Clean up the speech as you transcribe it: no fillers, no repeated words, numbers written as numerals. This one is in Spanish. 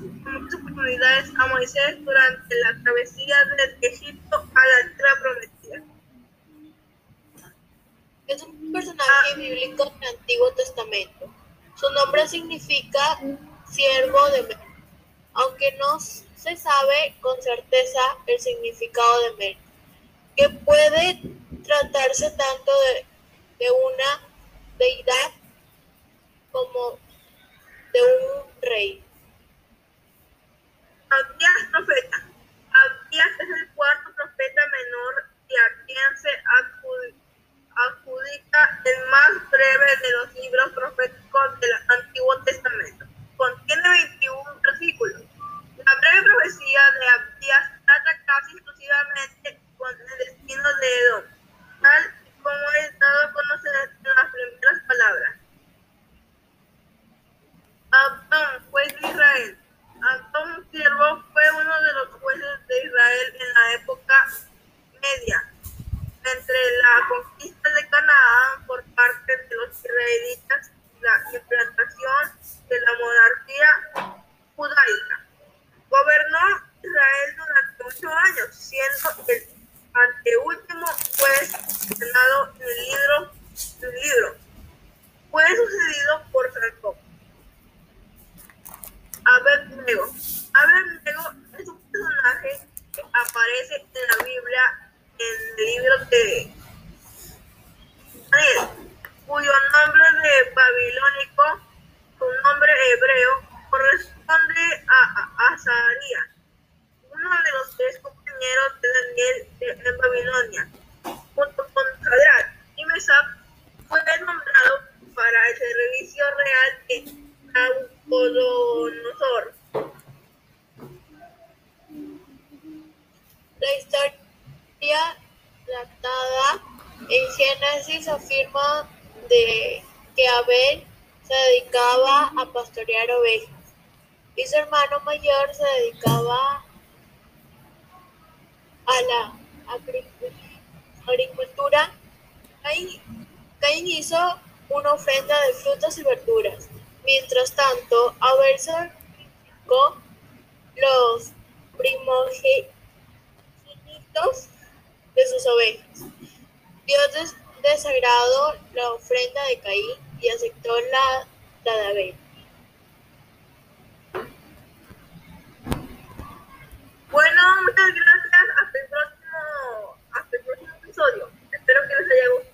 en muchas oportunidades a Moisés durante la travesía del Egipto a la tierra prometida. Es un personaje bíblico en el Antiguo Testamento. Su nombre significa siervo de Mer, aunque no se sabe con certeza el significado de Mer, que puede tratarse tanto de una deidad como de un rey. Abdías, profeta. Abdías es el cuarto profeta menor y a quien se adjudica el más breve de los libros proféticos del Antiguo Testamento. Contiene 21 versículos. La breve profecía de Abdías trata casi exclusivamente con el destino de Edom, tal como es dado a conocer en las primeras palabras. Abdón, juez de Israel. Abdón, siervo, fue uno de los jueces de Israel en la época media, entre la conquista de Canaán por parte de los israelitas y la implantación de la monarquía judaica. Gobernó Israel durante 8 años, siendo el anteúltimo juez mencionado en el libro. Fue sucedido por Jacob. Abed-nego. Abed-nego es un personaje que aparece en la Biblia en el libro de Daniel, cuyo nombre de babilónico, su nombre hebreo, corresponde a Azarías, uno de los 3 compañeros de Daniel en Babilonia. Junto con Sadrach y Mesach, fue nombrado para el servicio real de Nabucodonosor. La historia relatada en Génesis afirma que Abel se dedicaba a pastorear ovejas y su hermano mayor se dedicaba a la agricultura. Caín hizo una ofrenda de frutas y verduras. Mientras tanto, Abel sacrificó los primogénitos de sus ovejas. Dios desagradó la ofrenda de Caín y aceptó la de Abel. Bueno, muchas gracias. Hasta el próximo episodio. Espero que les haya gustado.